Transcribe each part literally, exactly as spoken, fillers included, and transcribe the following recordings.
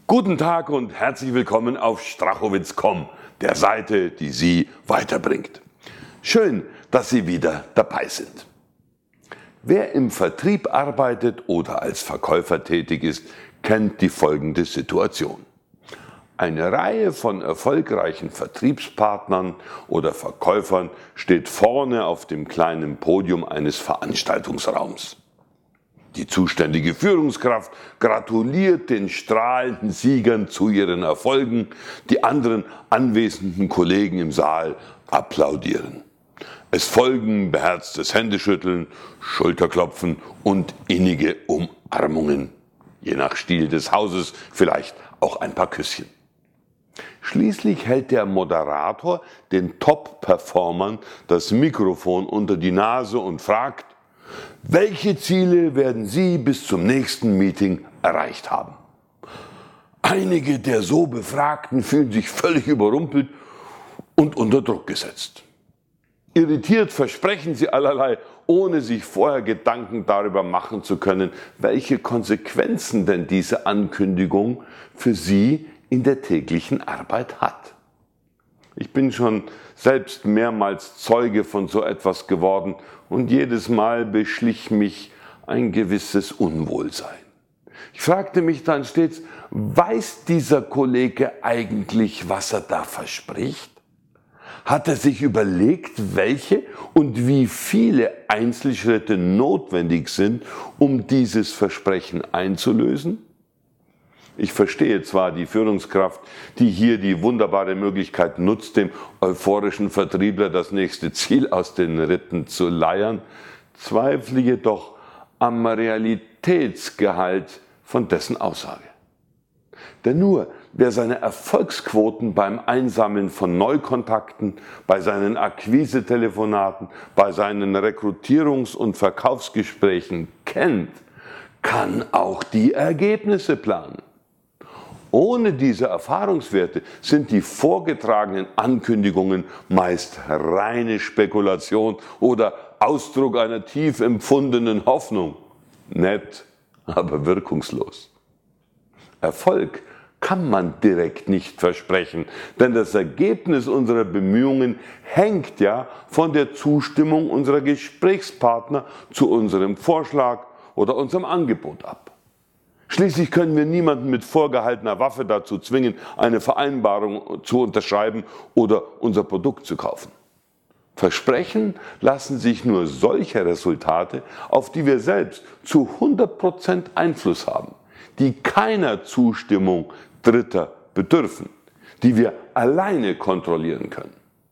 Guten Tag und herzlich willkommen auf strachowitz punkt com, der Seite, die Sie weiterbringt. Schön, dass Sie wieder dabei sind. Wer im Vertrieb arbeitet oder als Verkäufer tätig ist, kennt die folgende Situation. Eine Reihe von erfolgreichen Vertriebspartnern oder Verkäufern steht vorne auf dem kleinen Podium eines Veranstaltungsraums. Die zuständige Führungskraft gratuliert den strahlenden Siegern zu ihren Erfolgen, die anderen anwesenden Kollegen im Saal applaudieren. Es folgen beherztes Händeschütteln, Schulterklopfen und innige Umarmungen. Je nach Stil des Hauses vielleicht auch ein paar Küsschen. Schließlich hält der Moderator den Top-Performern das Mikrofon unter die Nase und fragt: Welche Ziele werden Sie bis zum nächsten Meeting erreicht haben? Einige der so Befragten fühlen sich völlig überrumpelt und unter Druck gesetzt. Irritiert versprechen sie allerlei, ohne sich vorher Gedanken darüber machen zu können, welche Konsequenzen denn diese Ankündigung für sie in der täglichen Arbeit hat. Ich bin schon selbst mehrmals Zeuge von so etwas geworden und jedes Mal beschlich mich ein gewisses Unwohlsein. Ich fragte mich dann stets, weiß dieser Kollege eigentlich, was er da verspricht? Hat er sich überlegt, welche und wie viele Einzelschritte notwendig sind, um dieses Versprechen einzulösen? Ich verstehe zwar die Führungskraft, die hier die wunderbare Möglichkeit nutzt, dem euphorischen Vertriebler das nächste Ziel aus den Rippen zu leiern, zweifle jedoch am Realitätsgehalt von dessen Aussage. Denn nur wer seine Erfolgsquoten beim Einsammeln von Neukontakten, bei seinen Akquisetelefonaten, bei seinen Rekrutierungs- und Verkaufsgesprächen kennt, kann auch die Ergebnisse planen. Ohne diese Erfahrungswerte sind die vorgetragenen Ankündigungen meist reine Spekulation oder Ausdruck einer tief empfundenen Hoffnung. Nett, aber wirkungslos. Erfolg kann man direkt nicht versprechen, denn das Ergebnis unserer Bemühungen hängt ja von der Zustimmung unserer Gesprächspartner zu unserem Vorschlag oder unserem Angebot ab. Schließlich können wir niemanden mit vorgehaltener Waffe dazu zwingen, eine Vereinbarung zu unterschreiben oder unser Produkt zu kaufen. Versprechen lassen sich nur solche Resultate, auf die wir selbst zu hundert Prozent Einfluss haben, die keiner Zustimmung Dritter bedürfen, die wir alleine kontrollieren können.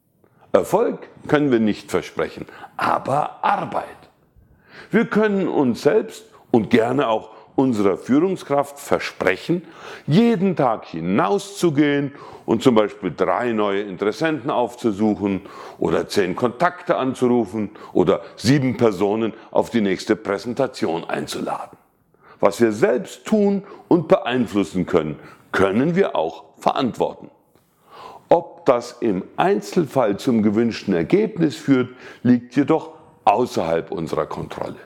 Erfolg können wir nicht versprechen, aber Arbeit. Wir können uns selbst und gerne auch unserer Führungskraft versprechen, jeden Tag hinauszugehen und zum Beispiel drei neue Interessenten aufzusuchen oder zehn Kontakte anzurufen oder sieben Personen auf die nächste Präsentation einzuladen. Was wir selbst tun und beeinflussen können, können wir auch verantworten. Ob das im Einzelfall zum gewünschten Ergebnis führt, liegt jedoch außerhalb unserer Kontrolle.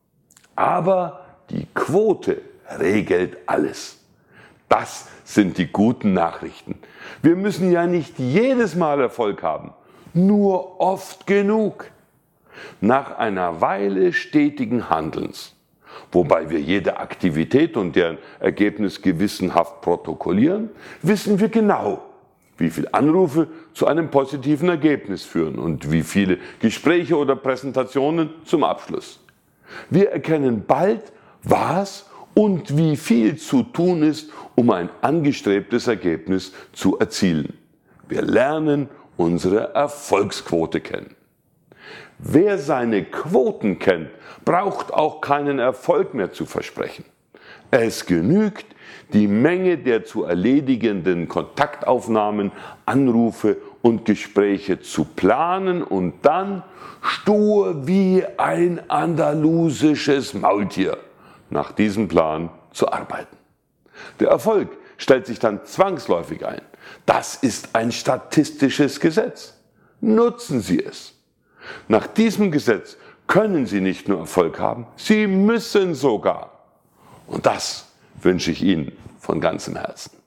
Aber die Quote regelt alles. Das sind die guten Nachrichten. Wir müssen ja nicht jedes Mal Erfolg haben, nur oft genug. Nach einer Weile stetigen Handelns, wobei wir jede Aktivität und deren Ergebnis gewissenhaft protokollieren, wissen wir genau, wie viele Anrufe zu einem positiven Ergebnis führen und wie viele Gespräche oder Präsentationen zum Abschluss. Wir erkennen bald, was und wie viel zu tun ist, um ein angestrebtes Ergebnis zu erzielen. Wir lernen unsere Erfolgsquote kennen. Wer seine Quoten kennt, braucht auch keinen Erfolg mehr zu versprechen. Es genügt, die Menge der zu erledigenden Kontaktaufnahmen, Anrufe und Gespräche zu planen und dann, stur wie ein andalusisches Maultier, nach diesem Plan zu arbeiten. Der Erfolg stellt sich dann zwangsläufig ein. Das ist ein statistisches Gesetz. Nutzen Sie es. Nach diesem Gesetz können Sie nicht nur Erfolg haben, Sie müssen sogar. Und das wünsche ich Ihnen von ganzem Herzen.